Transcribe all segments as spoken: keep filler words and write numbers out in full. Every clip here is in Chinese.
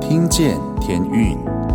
听见天运。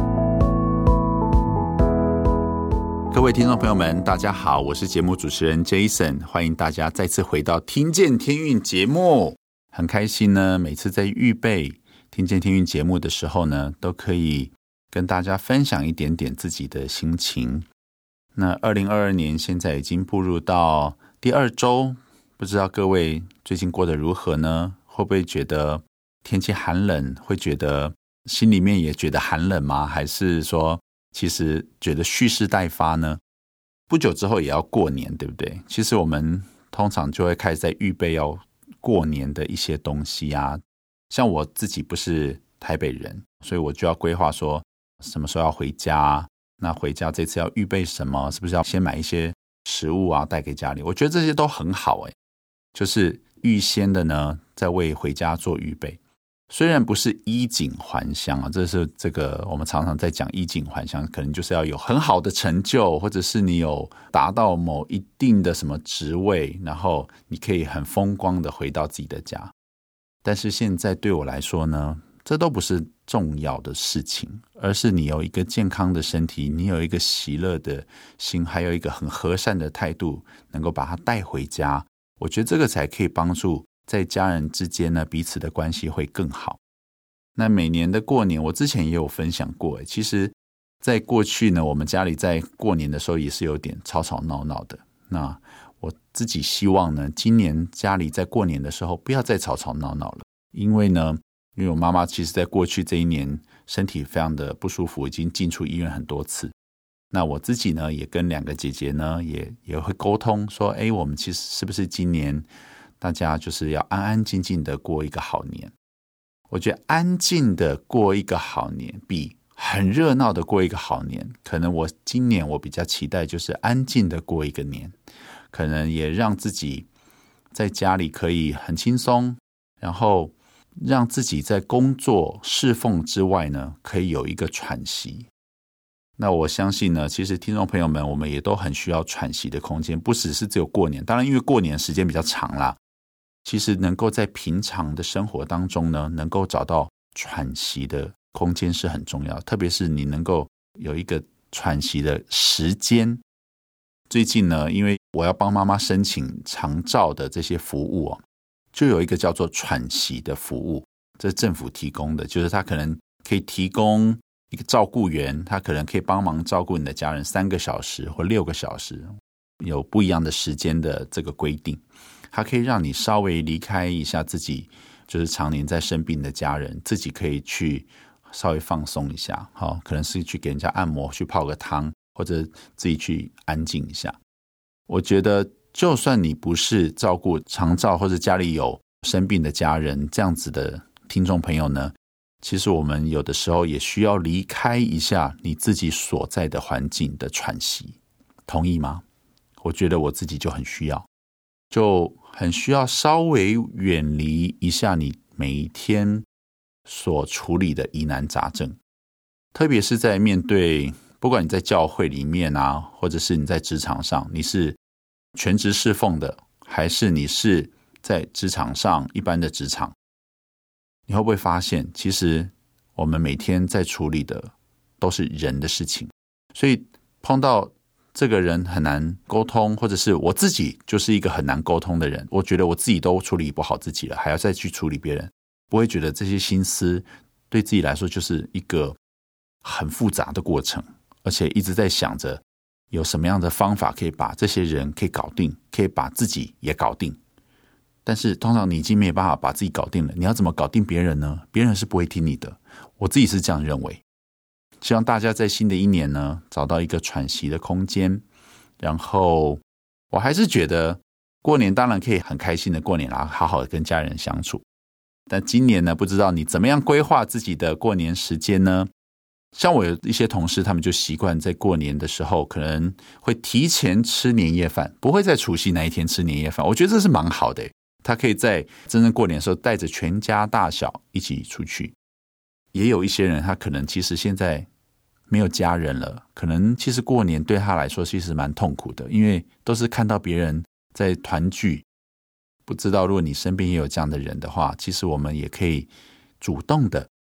各位听众朋友们大家好，我是节目主持人 Jason， 欢迎大家再次回到听见天运节目。很开心呢，每次在预备听见天运节目的时候呢，都可以跟大家分享一点点自己的心情。那二零二二年现在已经步入到第二周，不知道各位最近过得如何呢？会不会觉得天气寒冷，会觉得心里面也觉得寒冷吗？还是说其实觉得蓄势待发呢？不久之后也要过年，对不对？其实我们通常就会开始在预备要过年的一些东西啊。像我自己不是台北人，所以我就要规划说什么时候要回家，那回家这次要预备什么，是不是要先买一些食物啊带给家里。我觉得这些都很好诶，就是预先的呢在为回家做预备。虽然不是衣锦还乡啊，这是这个我们常常在讲衣锦还乡，可能就是要有很好的成就，或者是你有达到某一定的什么职位，然后你可以很风光的回到自己的家。但是现在对我来说呢，这都不是重要的事情，而是你有一个健康的身体，你有一个喜乐的心，还有一个很和善的态度，能够把它带回家。我觉得这个才可以帮助在家人之间呢，彼此的关系会更好。那每年的过年，我之前也有分享过，其实在过去呢，我们家里在过年的时候也是有点吵吵闹闹的。那我自己希望呢，今年家里在过年的时候不要再吵吵闹闹了，因为呢，因为我妈妈其实在过去这一年身体非常的不舒服，已经进出医院很多次。那我自己呢，也跟两个姐姐呢，也也会沟通说，哎，我们其实是不是今年大家就是要安安静静的过一个好年。我觉得安静的过一个好年比很热闹的过一个好年，可能我今年我比较期待就是安静的过一个年，可能也让自己在家里可以很轻松，然后让自己在工作侍奉之外呢，可以有一个喘息。那我相信呢，其实听众朋友们，我们也都很需要喘息的空间，不只是只有过年，当然因为过年时间比较长啦，其实能够在平常的生活当中呢，能够找到喘息的空间是很重要，特别是你能够有一个喘息的时间。最近呢，因为我要帮妈妈申请长照的这些服务哦，就有一个叫做喘息的服务，这是政府提供的，就是他可能可以提供一个照顾员，他可能可以帮忙照顾你的家人三个小时或六个小时，有不一样的时间的这个规定，它可以让你稍微离开一下自己就是常年在生病的家人，自己可以去稍微放松一下，哦，可能是去给人家按摩，去泡个汤，或者自己去安静一下。我觉得就算你不是照顾长照或者家里有生病的家人，这样子的听众朋友呢，其实我们有的时候也需要离开一下你自己所在的环境的喘息，同意吗？我觉得我自己就很需要，就很需要稍微远离一下你每一天所处理的疑难杂症，特别是在面对不管你在教会里面啊，或者是你在职场上，你是全职侍奉的，还是你是在职场上一般的职场，你会不会发现其实我们每天在处理的都是人的事情，所以碰到这个人很难沟通，或者是我自己就是一个很难沟通的人，我觉得我自己都处理不好自己了，还要再去处理别人，不会觉得这些心思对自己来说就是一个很复杂的过程，而且一直在想着有什么样的方法可以把这些人可以搞定，可以把自己也搞定。但是通常你已经没有办法把自己搞定了，你要怎么搞定别人呢？别人是不会听你的，我自己是这样认为。希望大家在新的一年呢，找到一个喘息的空间。然后我还是觉得过年当然可以很开心的过年啦，好好的跟家人相处。但今年呢，不知道你怎么样规划自己的过年时间呢？像我有一些同事，他们就习惯在过年的时候可能会提前吃年夜饭，不会在除夕那一天吃年夜饭。我觉得这是蛮好的，他可以在真正过年的时候带着全家大小一起出去。也有一些人他可能其实现在没有家人了，可能其实过年对他来说其实蛮痛苦的，因为都是看到别人在团聚。不知道如果你身边也有这样的人的话，其实我们也可以主动的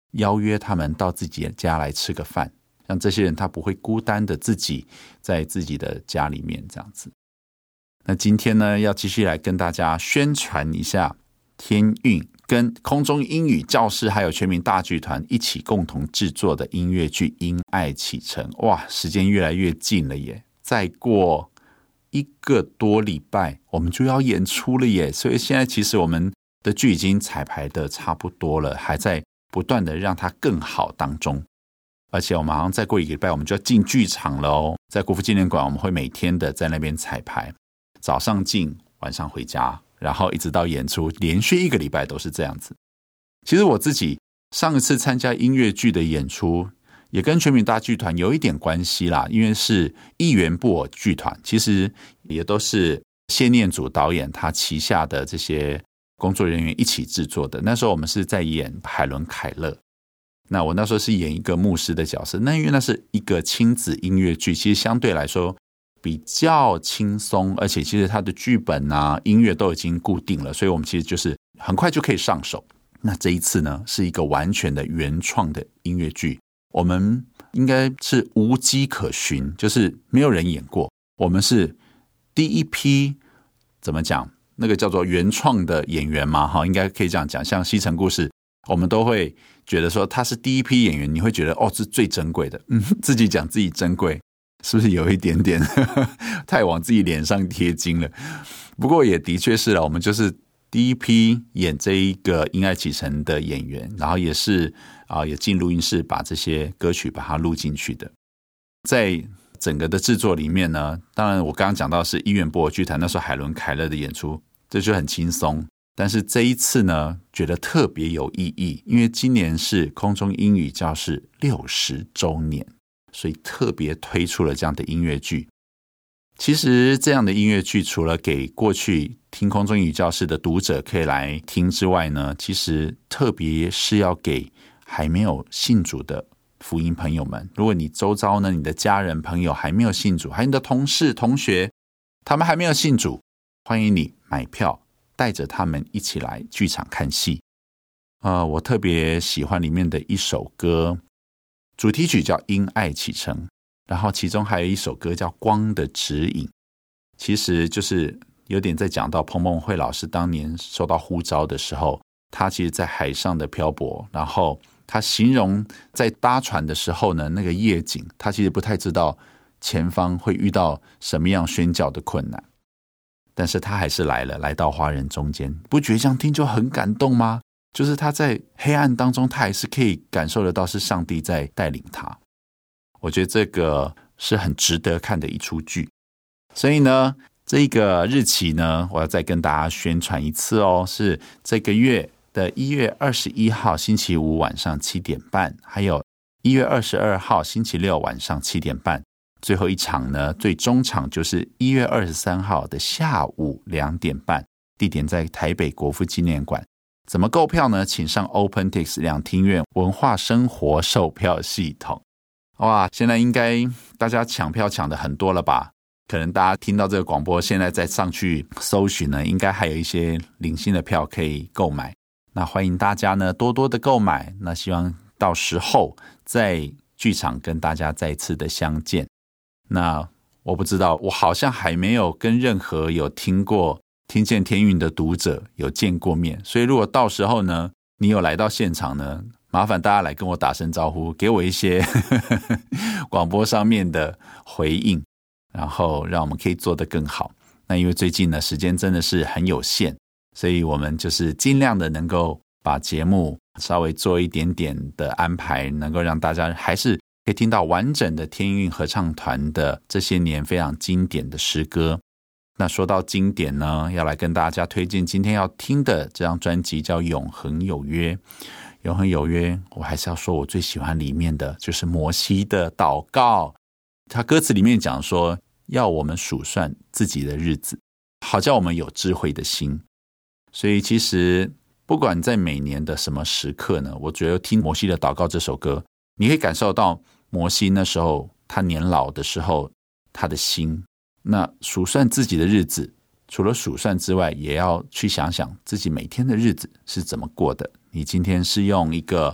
邀约他们到自己的家来吃个饭，让这些人他不会孤单的自己在自己的家里面这样子。那今天呢，要继续来跟大家宣传一下天韵跟空中英语教室还有全民大剧团一起共同制作的音乐剧《因爱启程》。哇，时间越来越近了耶，再过一个多礼拜我们就要演出了耶，所以现在其实我们的剧已经彩排的差不多了，还在不断的让它更好当中。而且我们好像再过一个礼拜我们就要进剧场了哦，在国父纪念馆我们会每天的在那边彩排，早上进晚上回家，然后一直到演出，连续一个礼拜都是这样子。其实我自己上一次参加音乐剧的演出也跟全民大剧团有一点关系啦，因为是一元布尔剧团，其实也都是谢念祖导演他旗下的这些工作人员一起制作的。那时候我们是在演海伦凯勒，那我那时候是演一个牧师的角色，那因为那是一个亲子音乐剧，其实相对来说比较轻松，而且其实它的剧本啊音乐都已经固定了，所以我们其实就是很快就可以上手。那这一次呢，是一个完全的原创的音乐剧，我们应该是无迹可寻，就是没有人演过，我们是第一批，怎么讲，那个叫做原创的演员嘛，应该可以这样讲。像西城故事我们都会觉得说他是第一批演员，你会觉得哦是最珍贵的，嗯，自己讲自己珍贵是不是有一点点呵呵太往自己脸上贴金了？不过也的确是了，我们就是第一批演这一个因爱启程的演员，然后也是啊、呃，也进录音室把这些歌曲把它录进去的。在整个的制作里面呢，当然我刚刚讲到是伊元布尔剧团那时候海伦凯勒的演出，这就很轻松。但是这一次呢，觉得特别有意义，因为今年是空中英语教室六十周年，所以特别推出了这样的音乐剧。其实这样的音乐剧除了给过去听空中英语教室的读者可以来听之外呢，其实特别是要给还没有信主的福音朋友们。如果你周遭呢，你的家人朋友还没有信主，还有你的同事同学他们还没有信主，欢迎你买票带着他们一起来剧场看戏。呃，我特别喜欢里面的一首歌，主题曲叫《因爱启程》，然后其中还有一首歌叫《光的指引》，其实就是有点在讲到彭孟慧老师当年受到呼召的时候，他其实在海上的漂泊，然后他形容在搭船的时候呢，那个夜景他其实不太知道前方会遇到什么样宣教的困难，但是他还是来了，来到华人中间。不觉得这样听就很感动吗？就是他在黑暗当中，他还是可以感受得到是上帝在带领他。我觉得这个是很值得看的一出剧。所以呢，这个日期呢，我要再跟大家宣传一次哦，是这个月的一月二十一号星期五晚上七点半，还有一月二十二号星期六晚上七点半。最后一场呢，最终场就是一月二十三号的下午两点半，地点在台北国父纪念馆。怎么购票呢？请上 OpenTix 两厅院文化生活售票系统。哇，现在应该大家抢票抢的很多了吧？可能大家听到这个广播，现在再上去搜寻呢，应该还有一些领新的票可以购买。那欢迎大家呢多多的购买，那希望到时候在剧场跟大家再次的相见。那我不知道，我好像还没有跟任何有听过听见天韵的读者有见过面，所以如果到时候呢你有来到现场呢，麻烦大家来跟我打声招呼，给我一些广播上面的回应，然后让我们可以做得更好。那因为最近呢时间真的是很有限，所以我们就是尽量的能够把节目稍微做一点点的安排，能够让大家还是可以听到完整的天韵合唱团的这些年非常经典的诗歌。那说到经典呢，要来跟大家推荐今天要听的这张专辑叫《永恒有约》。永恒有约，我还是要说我最喜欢里面的就是摩西的祷告。他歌词里面讲说，要我们数算自己的日子，好叫我们有智慧的心。所以其实不管在每年的什么时刻呢，我觉得听摩西的祷告这首歌，你可以感受到摩西那时候他年老的时候他的心。那数算自己的日子，除了数算之外，也要去想想自己每天的日子是怎么过的。你今天是用一个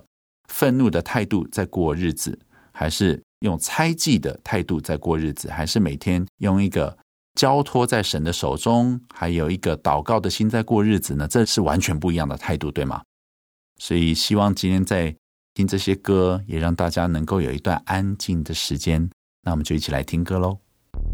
愤怒的态度在过日子，还是用猜忌的态度在过日子，还是每天用一个交托在神的手中，还有一个祷告的心在过日子呢？这是完全不一样的态度，对吗？所以希望今天在听这些歌，也让大家能够有一段安静的时间。那我们就一起来听歌咯。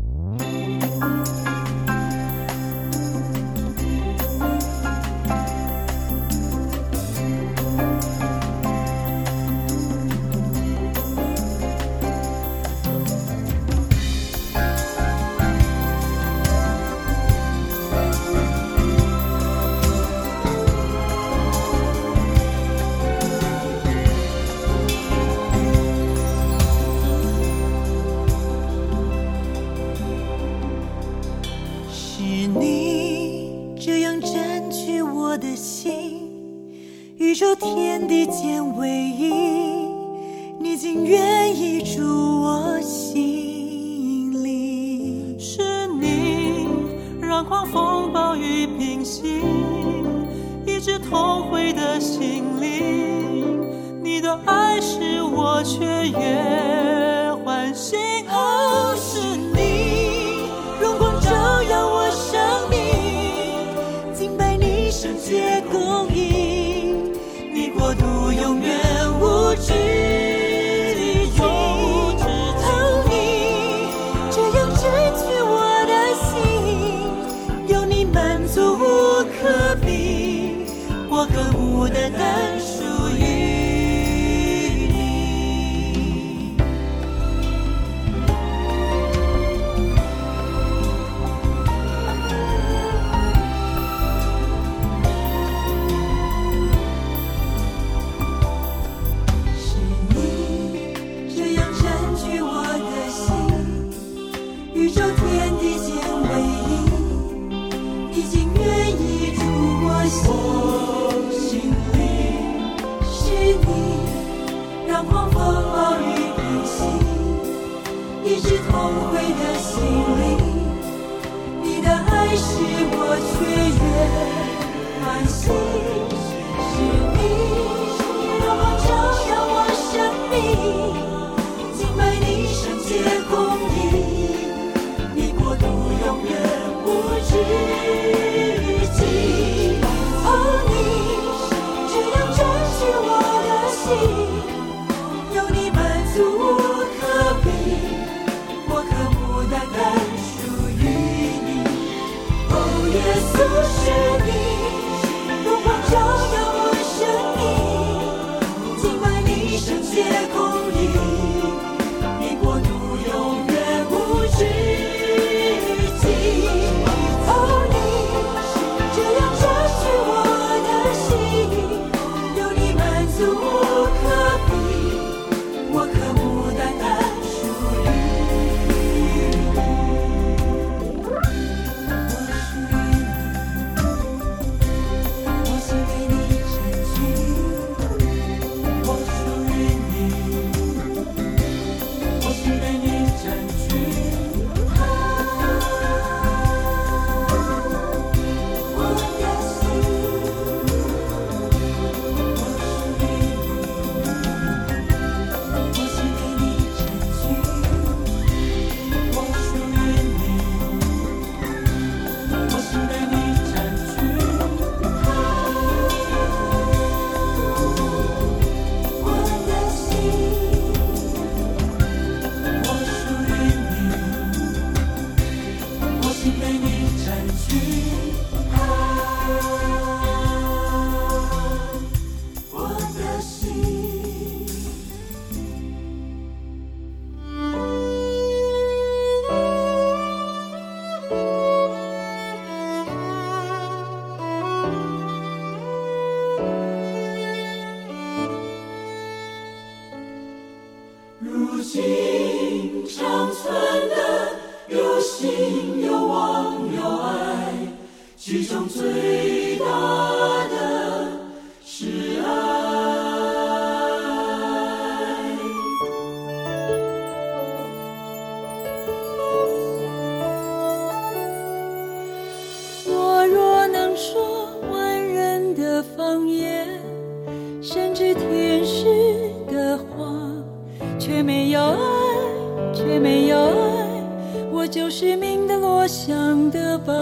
宇宙天地间唯一，你竟愿意住我心里。 是你让狂风暴雨平息，医治痛悔的心灵，你的爱使我雀跃欢欣。 哦，是你荣光照耀我生命，敬拜你圣洁公义，国度永远无止境。哦，你这样占据我的心，有你满足无可比，我渴慕的单属于你。一直痛悔的心灵，你的爱使我雀跃欢欣。是你让我照耀我生命，敬拜你圣洁公义，你国度永远无止境。哦，你这样占据我的心，有你满足无可比，单单属于你。哦，耶稣是你荣光照耀我生命，敬拜你圣洁公义，你国度永远无止境。哦，你这样占据我的心，有你满足无可比，我渴慕单单属于如今长存的有信有望有爱，其中最大的是爱。我若能说万人的方言，甚至天使想的吧。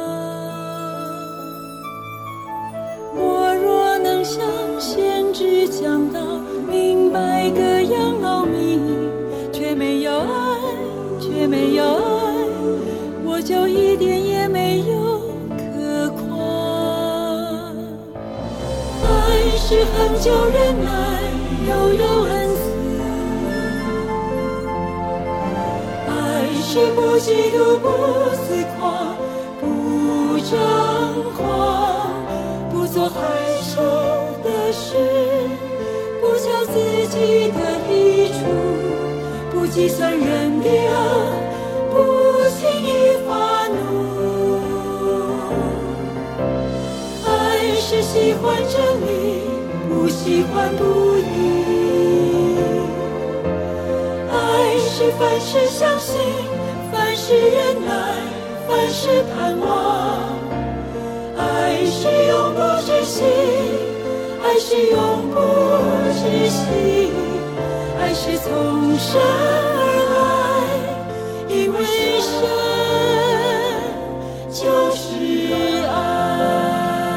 我若能像先知讲道，明白各样奥秘，却没有爱，却没有爱，我就一点也没有可夸。爱是恒久忍耐，又有恩慈，爱是不嫉妒，不自夸，不张狂，不做害羞的事，不求自己的益处，不计算人的恶，不轻易发怒。爱是喜欢真理，不喜欢不义。爱是凡事相信，凡事忍耐，凡事盼望。爱是永不止息，爱是永不止息，爱是从神而来，因为神就是爱。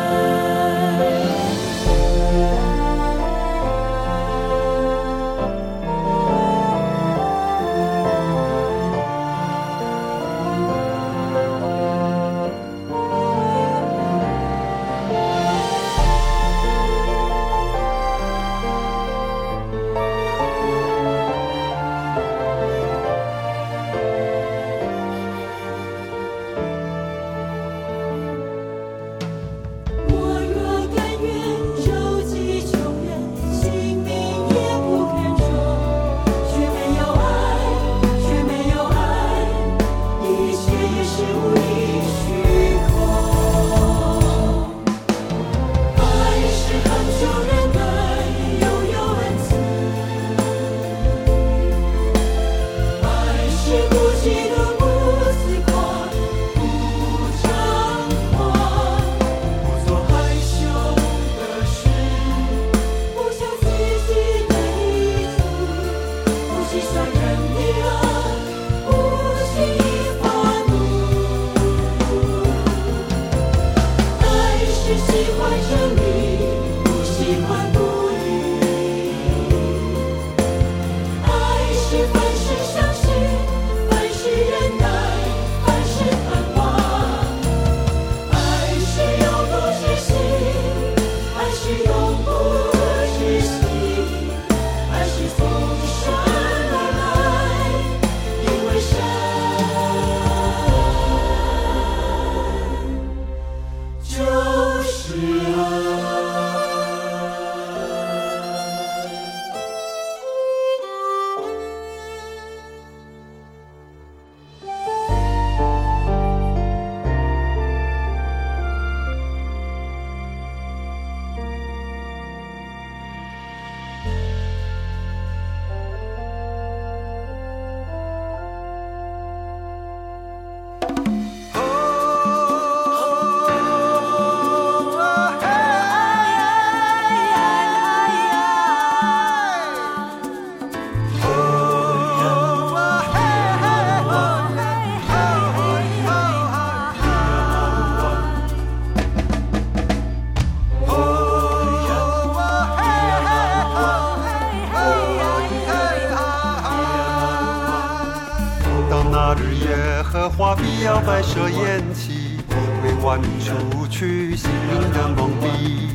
花必要摆设筵席，为万民除去心灵的蒙蔽。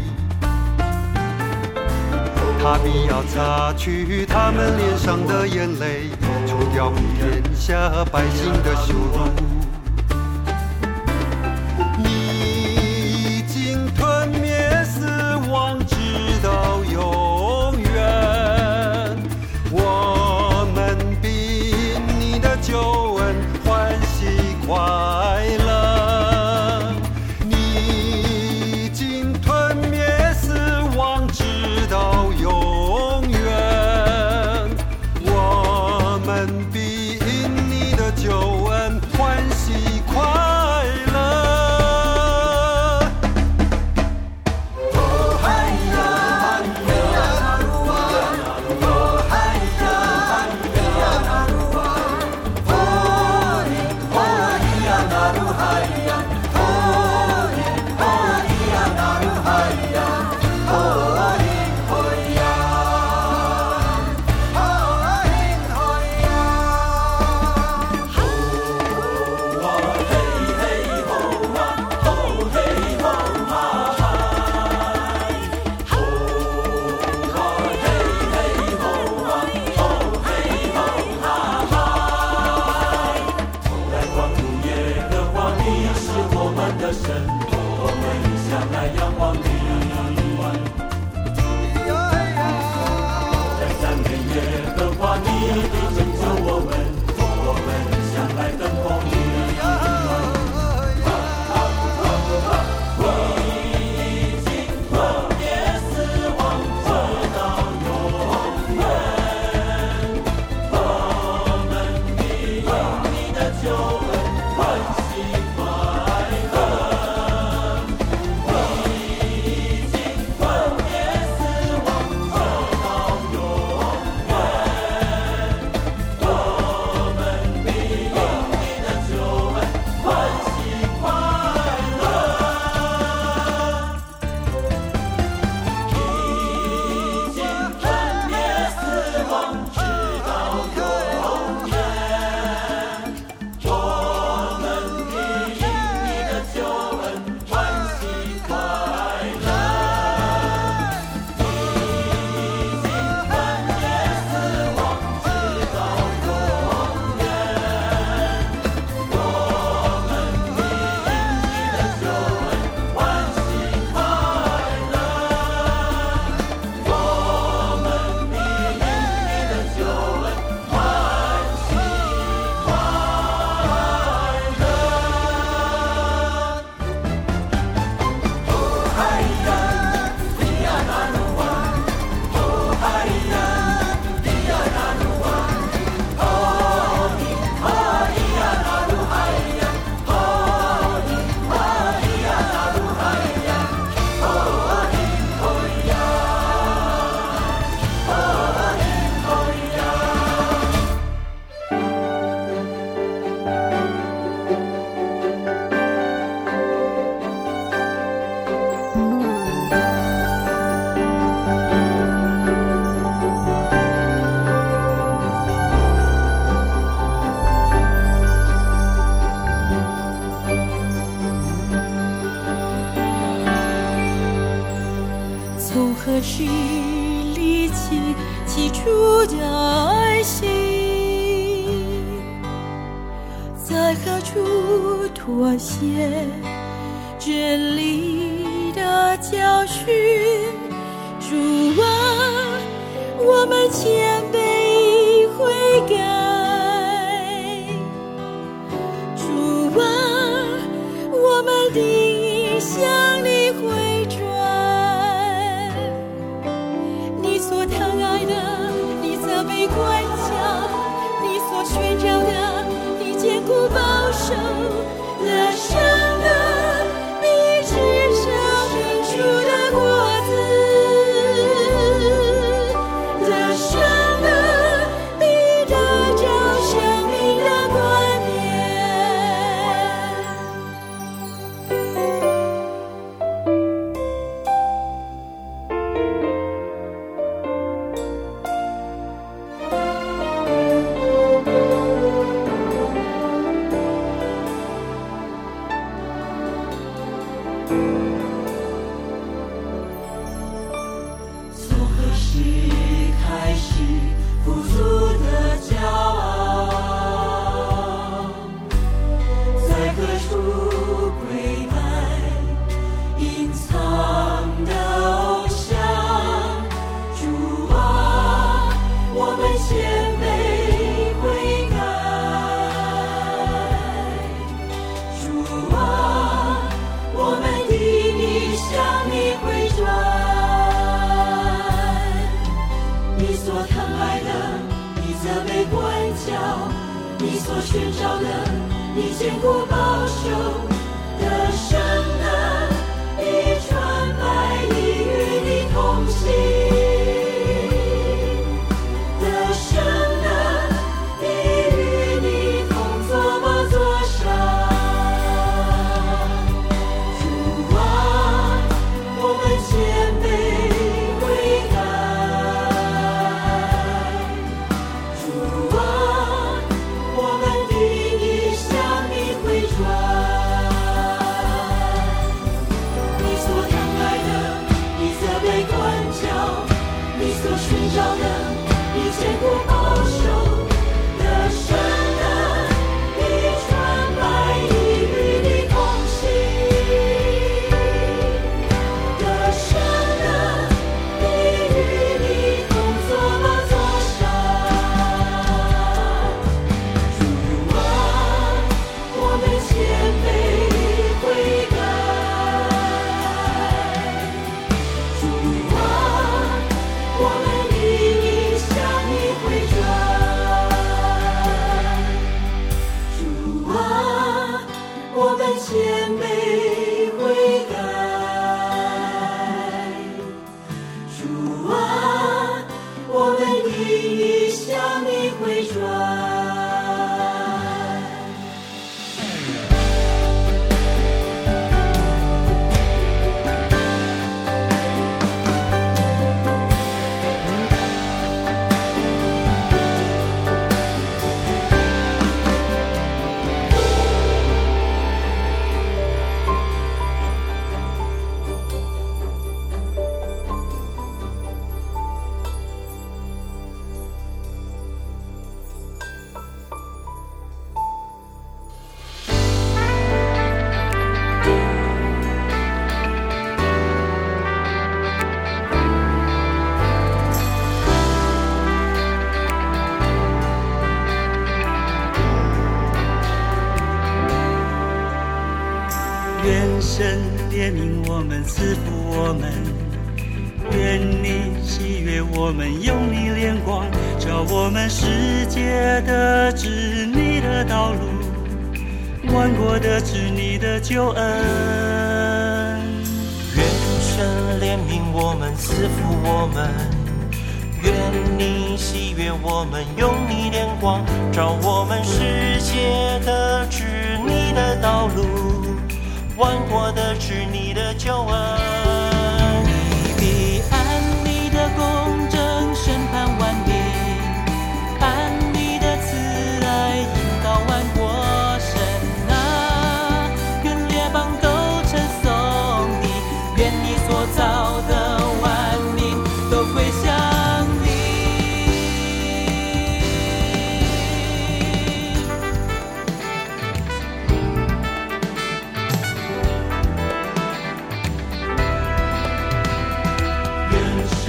他必要擦去他们脸上的眼泪，除掉天下百姓的羞辱。你已经吞灭死亡，直到永远。我们比你的救恩欢喜快乐，你已经吞灭死亡，直到永远。我们比因你的救恩欢喜从何时立起起初的爱心，在何处妥协真理的教训？主啊，我们谦卑悔改，主啊，我们定义向你回转。你所疼爱的，你责备管教，你所寻找的，你坚固保守，得胜的必吃生命树的果子，得胜的必得着生命的冠冕。从何时开始富足的骄傲？在何处跪拜隐藏的偶像？主啊，我们谦卑悔改，主啊，我们定义向你回转。你所疼爱的，你责备管教，你所寻找的，你坚固保守，得胜的必穿白衣与你同行，得胜的必与你同坐宝座上。主啊，我们谦卑悔改，主啊，我们定义向你回转。你所疼爱的，你责备管教，你所寻找的，你坚固保守，得胜的必穿白衣与你同行，得胜的必与你同坐宝座上。主啊，我们谦卑悔改，主啊，我们定义向你回转。主啊，我们谦卑悔改，主啊，我们定义向你回转。 愿神怜悯我们，赐福我们。愿你喜悦我们，用你脸光照我们世界的指你的道路，万国的指你的救恩。 愿神怜悯我们，赐福我们。愿你喜悦我们，用你脸光照我们世界的指你的道路，万国的指你的救恩。 你必按你的公正审判万民，按你的慈爱引导万国。神啊，愿列邦都称颂你，愿你所造的万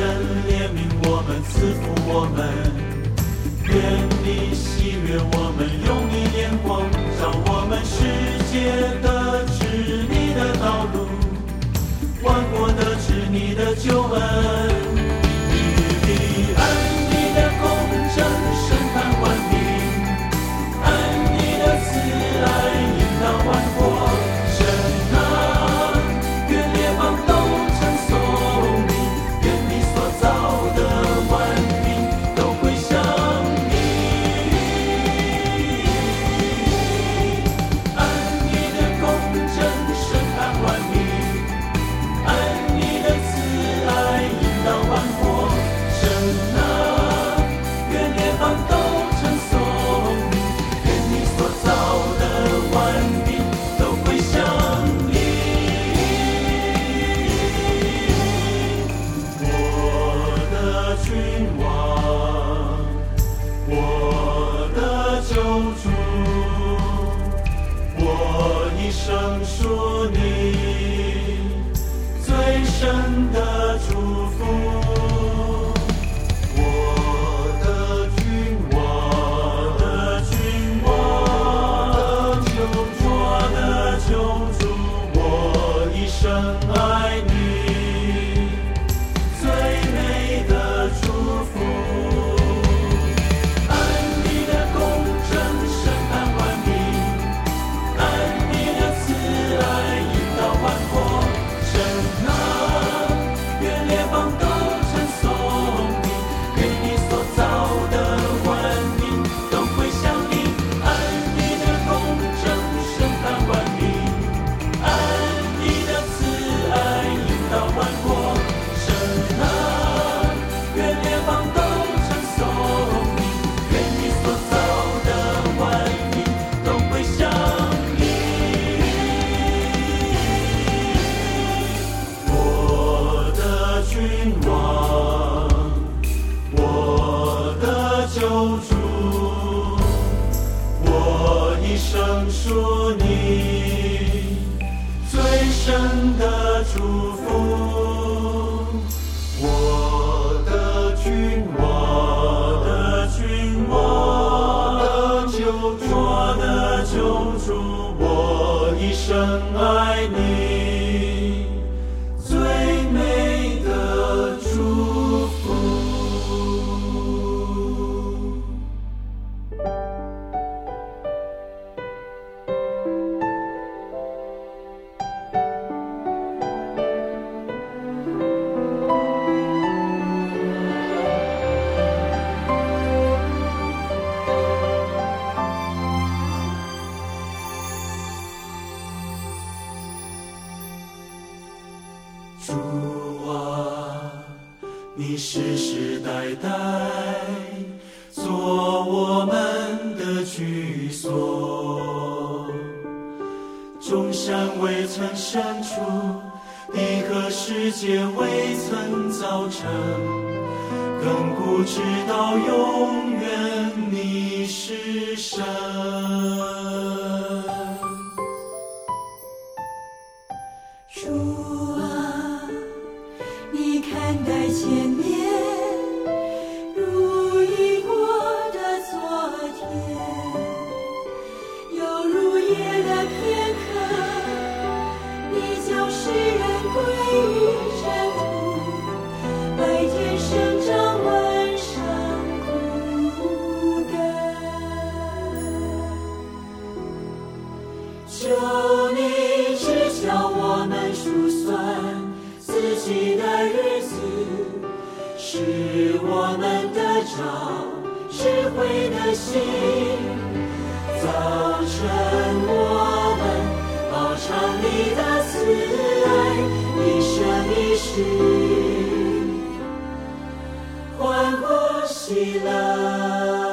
怜悯我们，赐福我们。愿你喜悦我们，用你脸光照我们世界的指你的道路，万国的指你的救恩。你的恩，你的公正，审判万民；按你的慈爱，引导万国。神啊，愿列邦都称颂你，愿你所造的万民都归向你。按你的公正，审判万民；按你的慈爱，引导万国。神啊，愿列邦都称颂你，愿你所造的万民都归向你。我的君王，我的救主，我一生属你最深的祝福。我的君王，我的君王，我的救主，我一生爱你最美的祝福。按你的公正，审判万民；按你的慈爱，引导万国。神啊，愿列邦都称颂你，愿你所造的万民都归向你。按你的公正，审判万民；按你的慈爱，引导万国。神啊，愿列邦都称颂你，愿你所造的万民都归向你。我的君王，我的救主，我一生属你最深的祝福。我的君王，我的君王，我的救主，我的救主，我一生爱你最美的祝福。主啊，你世世代代做我们的居所，众山未曾生出，地和世界未曾造成，亘古直到永远，你是神。 主啊，你看待前面，如已过的昨天，有如夜的片刻，你将世人归于尘土，白天生长晚上枯干。求你知晓我们数算自己的日子，使我们得着智慧的心。早晨我们饱尝你的慈爱，一生一世欢呼喜乐。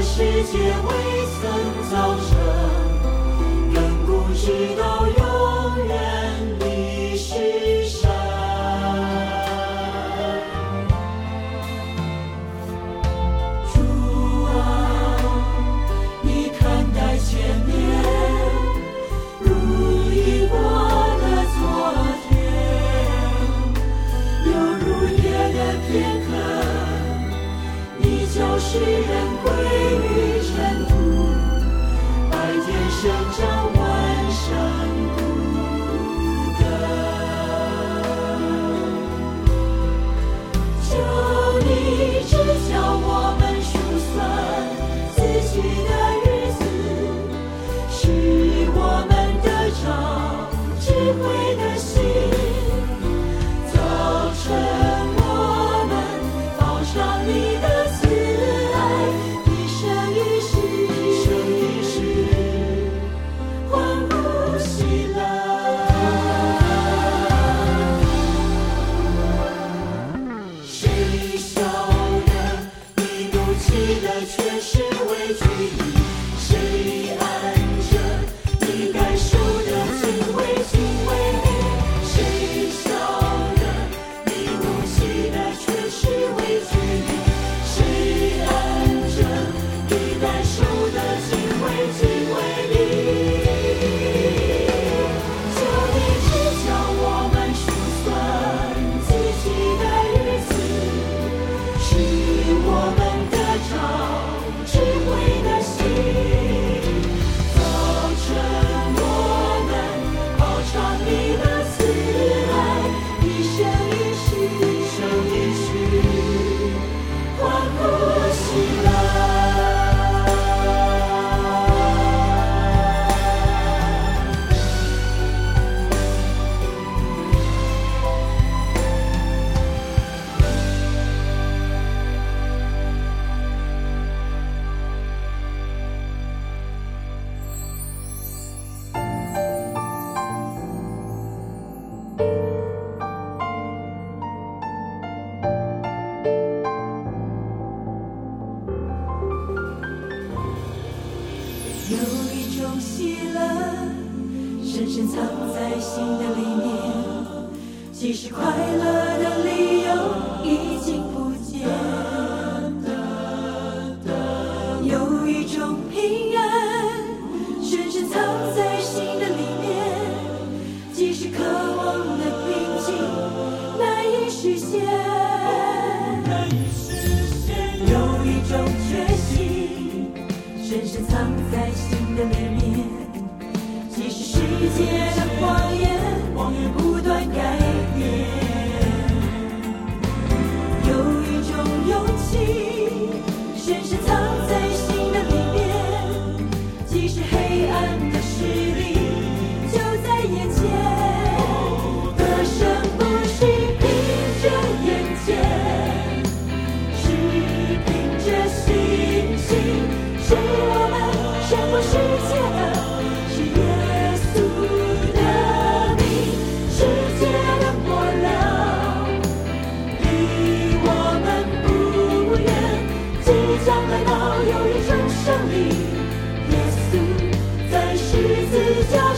世界未曾造成，亘古直到永远的世上。主啊，你看待前面，如已过的昨天，犹如夜的片刻，你就是人归于尘土，白天生长，晚上枯干。求你指教我们数算自己的日子，使我们得着智慧的心，早晨我们饱尝你的慈爱，一生一世，一生一世，欢呼喜乐。谁晓得你怒气的权势为居你？谁按着你该受的敬畏敬畏你？谁晓得你怒气的权势为居你？谁按着你该受的敬畏敬畏你？求你指教我们数算自己的日子，使我们得着智慧的心。早晨我们饱尝你的慈爱，一生一世，一生一世，欢呼喜乐。有一种喜乐，深深藏在心的里面，即使快乐的理由已经不见。有一种平安，深深藏在心的里面，即使渴望的平静难以实现。有一种决心，深深藏在心的里面，即使世界的谎言不断改变。有一种勇气，深深藏在心的里面，即使黑暗的势力就在眼前。得胜不是凭着眼见，是凭着信心。是我们胜过世界的，是耶稣的名，世界的末了，离我们不远，即将来到有一种胜利。耶稣在十字架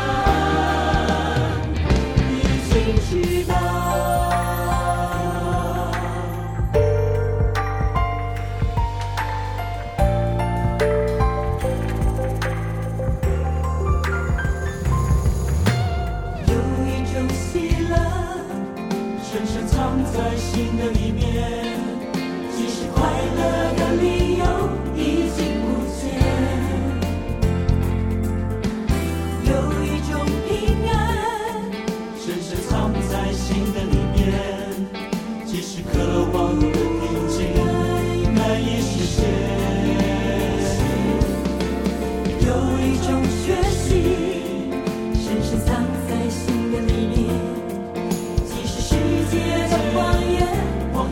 上已经知道。在心的里面，即使快乐的理由已经不见。有一种平安，深深藏在心的里面，即使渴望的平静难以实现。有一种决心，深深藏在心的里面，即使世界的谎言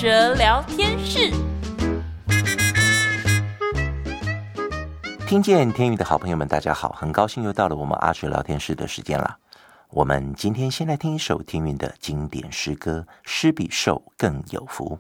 哲聊天室。 听见天宇的好朋友们，大家好，很高兴又到了我们阿哲聊天室的时间了。我们今天先来听一首天韵的经典诗歌《施比受更有福》。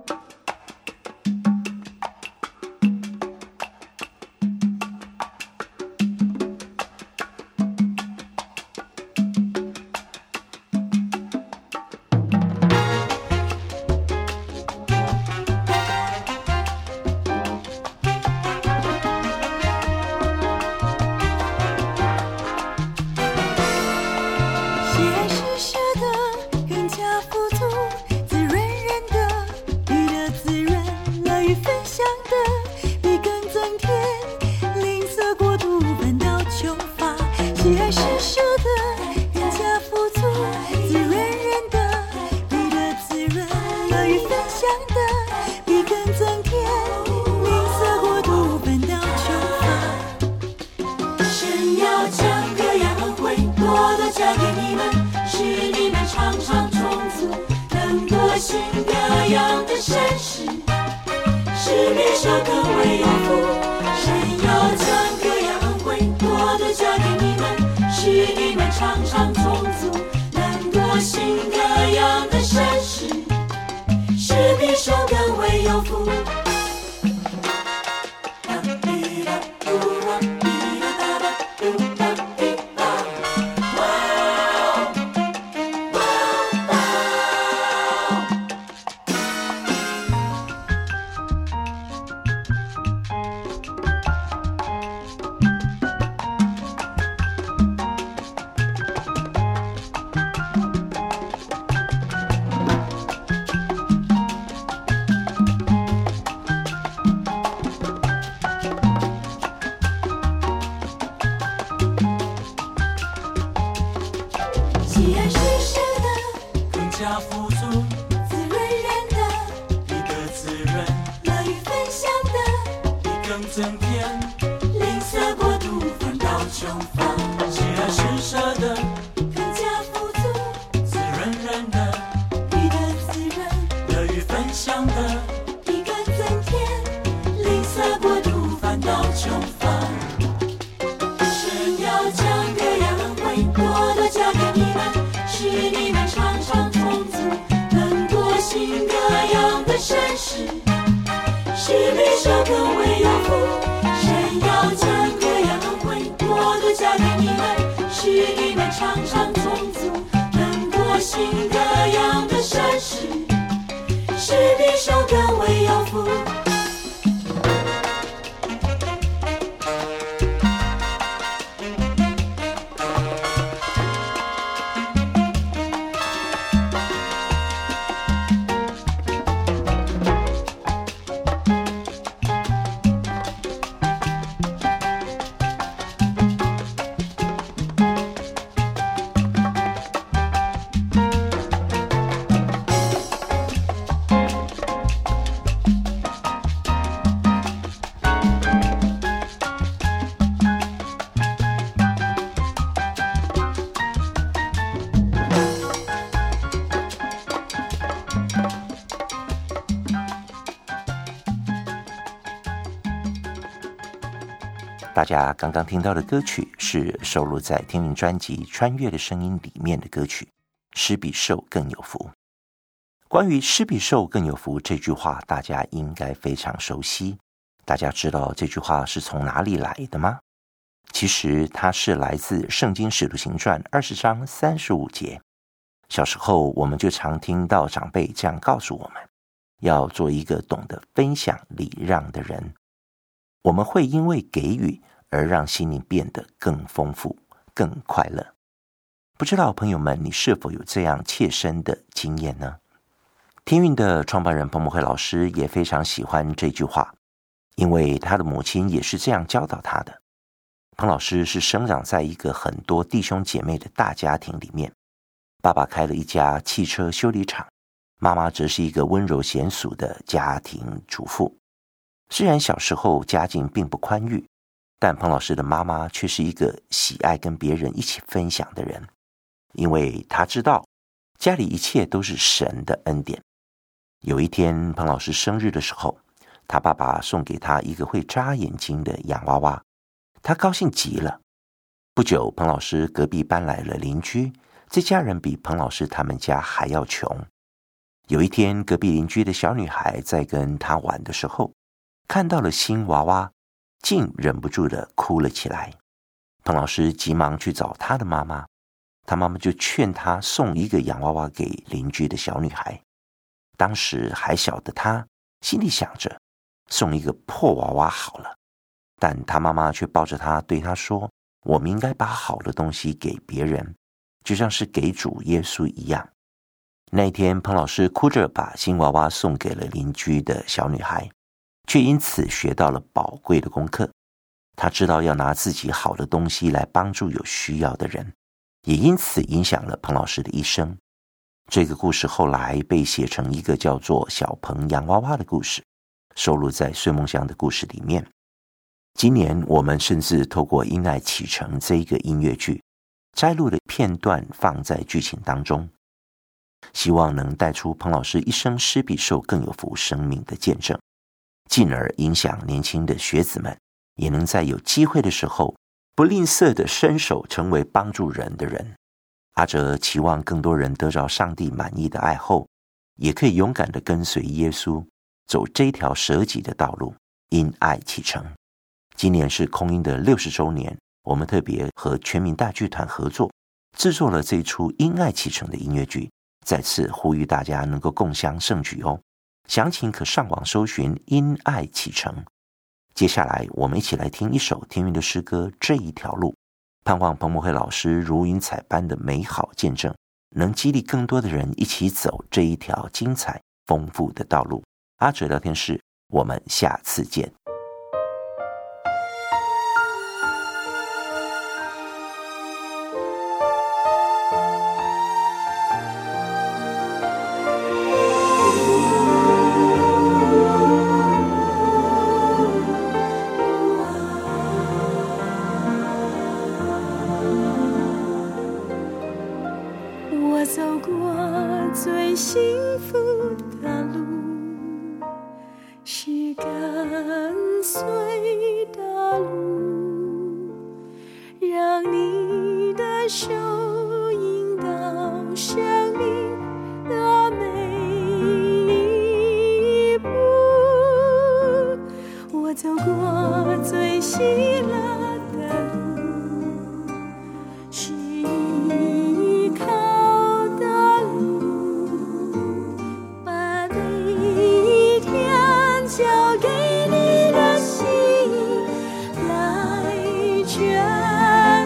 大家刚刚听到的歌曲是收录在天韵专辑《穿越的声音》里面的歌曲《施比受更有福》。关于施比受更有福这句话，大家应该非常熟悉。大家知道这句话是从哪里来的吗？其实它是来自圣经使徒行传二十章三十五节。小时候我们就常听到长辈这样告诉我们，要做一个懂得分享礼让的人。我们会因为给予而让心灵变得更丰富、更快乐。不知道朋友们，你是否有这样切身的经验呢？天韵的创办人彭慕慧老师也非常喜欢这句话，因为他的母亲也是这样教导他的。彭老师是生长在一个很多弟兄姐妹的大家庭里面，爸爸开了一家汽车修理厂，妈妈则是一个温柔娴熟的家庭主妇。虽然小时候家境并不宽裕，但彭老师的妈妈却是一个喜爱跟别人一起分享的人，因为她知道家里一切都是神的恩典。 有一天彭老师生日的时候，他爸爸送给他一个会眨眼睛的洋娃娃，他高兴极了。不久，彭老师隔壁搬来了邻居，这家人比彭老师他们家还要穷。有一天，隔壁邻居的小女孩在跟他玩的时候，看到了新娃娃，竟忍不住的哭了起来。彭老师急忙去找他的妈妈，他妈妈就劝他送一个洋娃娃给邻居的小女孩。当时还小的他心里想着，送一个破娃娃好了，但他妈妈却抱着他对他说，我们应该把好的东西给别人，就像是给主耶稣一样。那一天，彭老师哭着把新娃娃送给了邻居的小女孩，却因此学到了宝贵的功课。他知道要拿自己好的东西来帮助有需要的人，也因此影响了彭老师的一生。这个故事后来被写成一个叫做《小彭洋娃娃》的故事，收录在睡梦乡的故事里面。今年我们甚至透过《因爱启程》这一个音乐剧，摘录的片段放在剧情当中，希望能带出彭老师一生施比受更有福生命的见证，进而影响年轻的学子们，也能在有机会的时候不吝啬的伸手成为帮助人的人。阿哲期望更多人得着上帝满意的爱后，也可以勇敢的跟随耶稣，走这条舍己的道路，因爱启程。今年是空音的六十周年，我们特别和全民大剧团合作，制作了这一出因爱启程的音乐剧，再次呼吁大家能够共襄盛举哦。详情可上网搜寻因爱启程。接下来我们一起来听一首天韵的诗歌《这一条路》，盼望彭博慧老师如云彩般的美好见证，能激励更多的人一起走这一条精彩丰富的道路。阿哲聊天室，我们下次见。 我走过最幸福的路，是跟随的路，让你的手引导生命的每一步。我走过最喜乐的路，是依靠的路，把每一天交给你的心来眷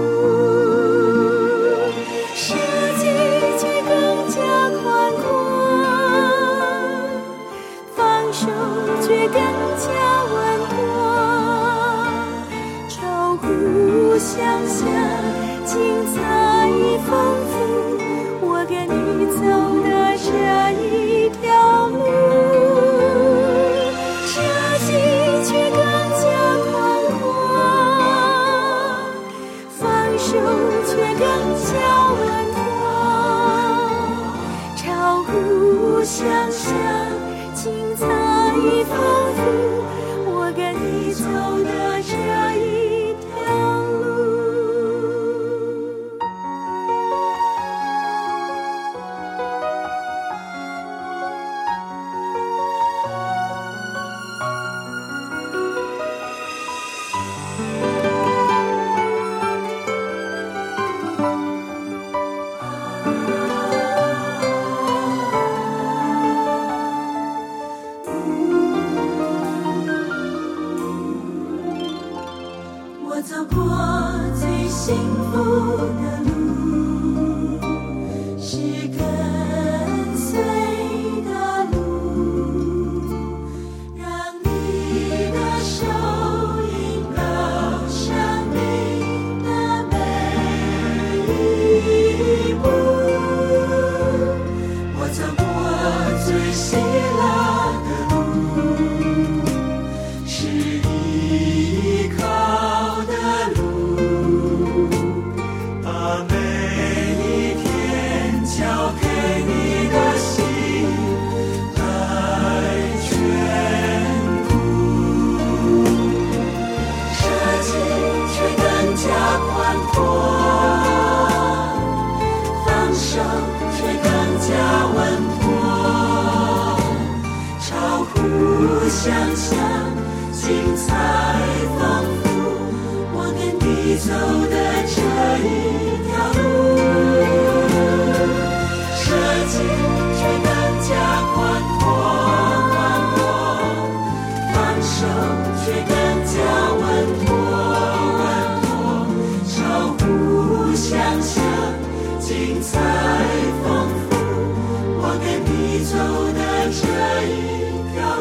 顾，世界却更加宽阔，放手却更加稳妥，超乎想象，精彩丰富，我跟你走的这一条路，设计却更加宽阔，放手却更加稳妥，超乎想象，精彩丰富，我跟你走的这一条路。我走过最幸福的路，是跟随的路，让你的手引导生命的每一步。我走过最喜乐的路，是依靠的路，把每一天交给你的心来想象，精彩丰富。我跟你走的这一条路，设计却更加宽阔宽阔，放手却更加稳妥稳妥，超乎想象，精彩丰富。我跟你走的这一条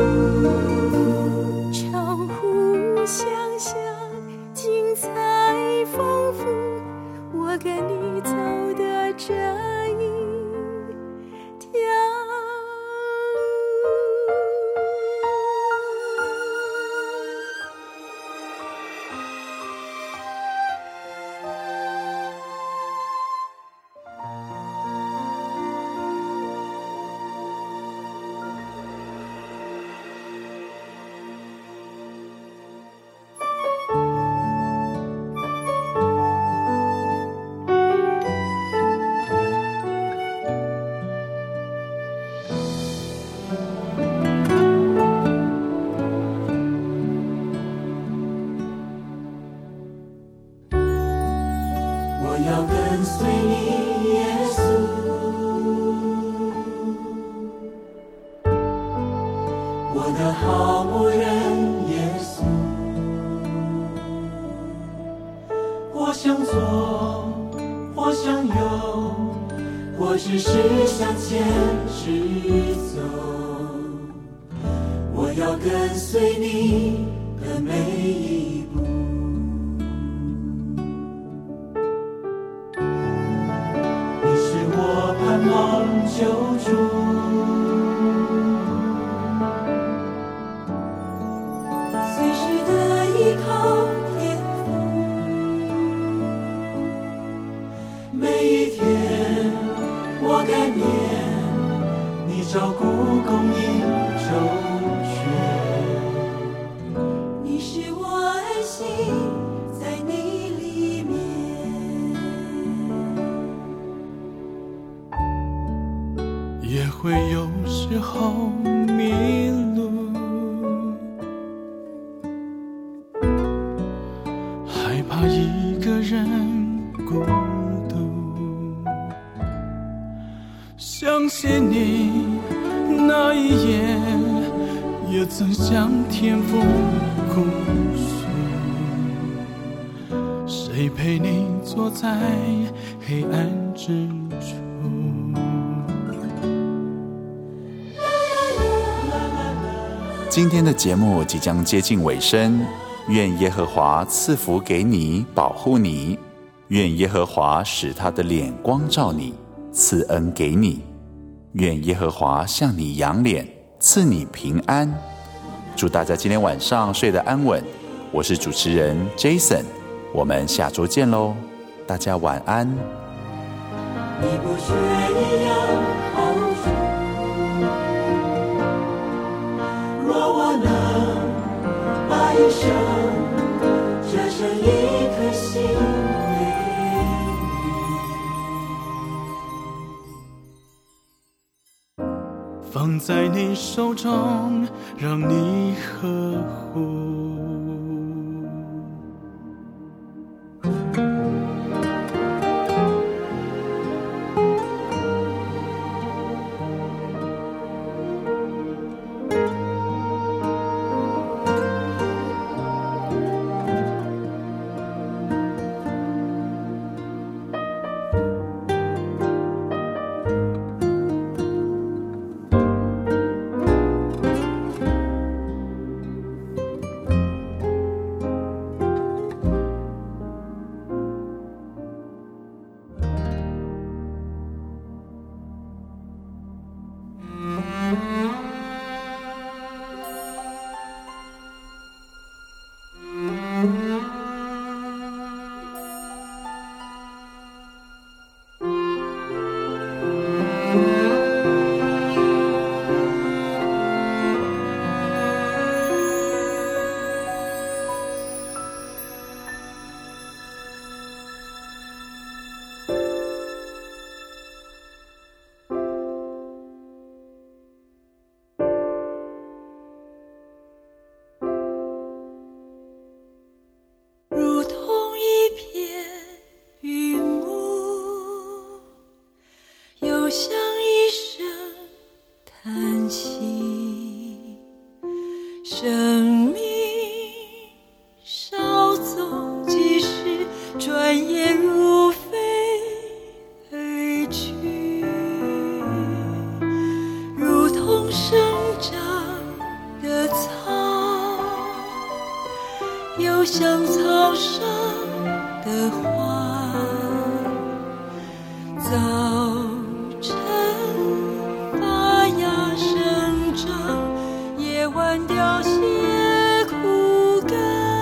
路， 超乎想象，精彩丰富。我跟你走的这一条路。 我要跟随你，耶稣，我的好牧人，耶稣。或向左，或向右，或只是向前直走。我要跟随你的每一步。盼望救主，随时的依靠天父，每一天我感念你照顾供应周全，你是我安息在你里面。 也会有时候迷路，害怕一个人孤独。相信你那一夜，也曾向天父哭诉，谁陪你坐在黑暗之处？ 今天的节目即将接近尾声，愿耶和华赐福给你，保护你；愿耶和华使他的脸光照你，赐恩给你；愿耶和华向你扬脸，赐你平安。祝大家今天晚上睡得安稳。我是主持人 Jason， 我们下周见喽，大家晚安。 你不缺一样好处，若我能把一生折成一颗心给你， 放在你手中，让你呵护。 生长的草，又像草上的花，早晨发芽生长，夜晚凋谢枯干。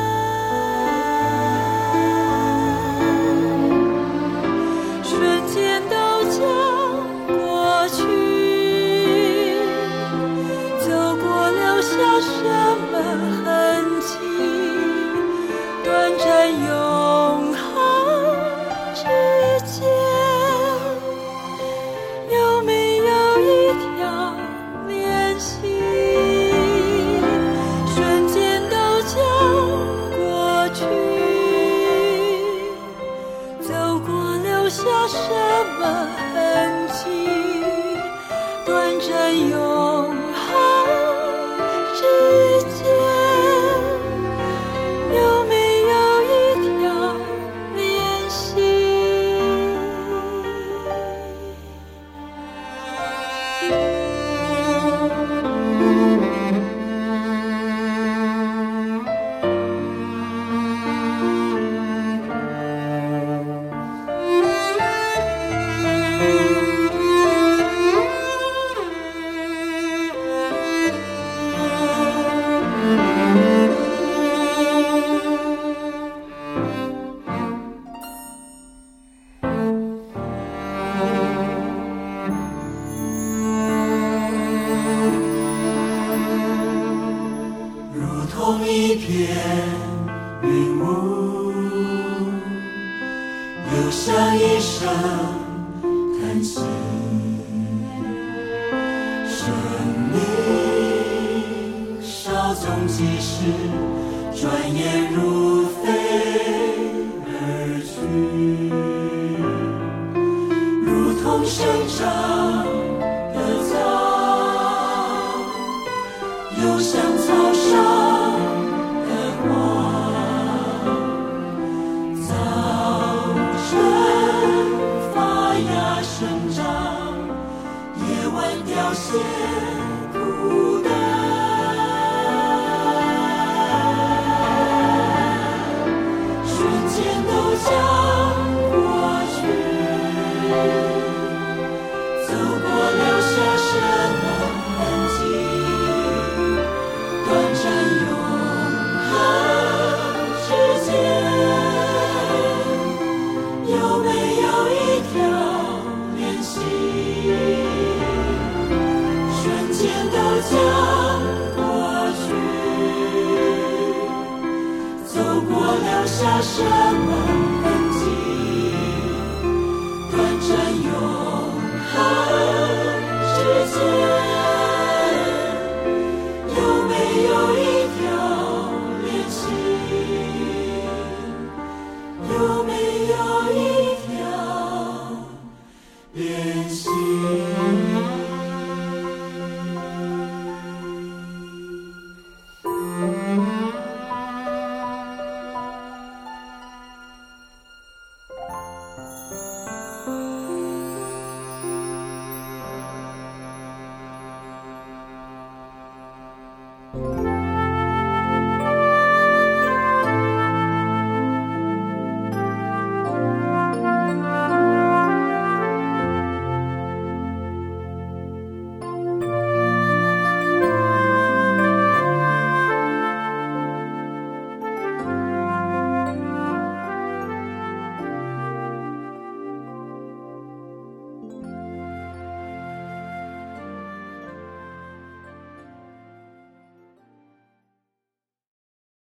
瞬间都将过去，走过留下什么痕迹？短暂永恒之间，有没有一条联系？瞬间都将过去，走过留下什么痕迹？短暂永恒之间，有没有一条联系？ 如同一片云雾，又像一声叹息。生命稍纵即逝，转眼如飞而去。如同生长的草，又像草上的花，早晨发芽生长，夜晚凋谢枯干。瞬间都将过去，走过留下什么痕迹？短暂永恒之间，有没有一条联系？瞬间都将过去，走过留下什么痕迹？短暂永恒之间，有没有一条联系？有没有一条联系？ 嗯。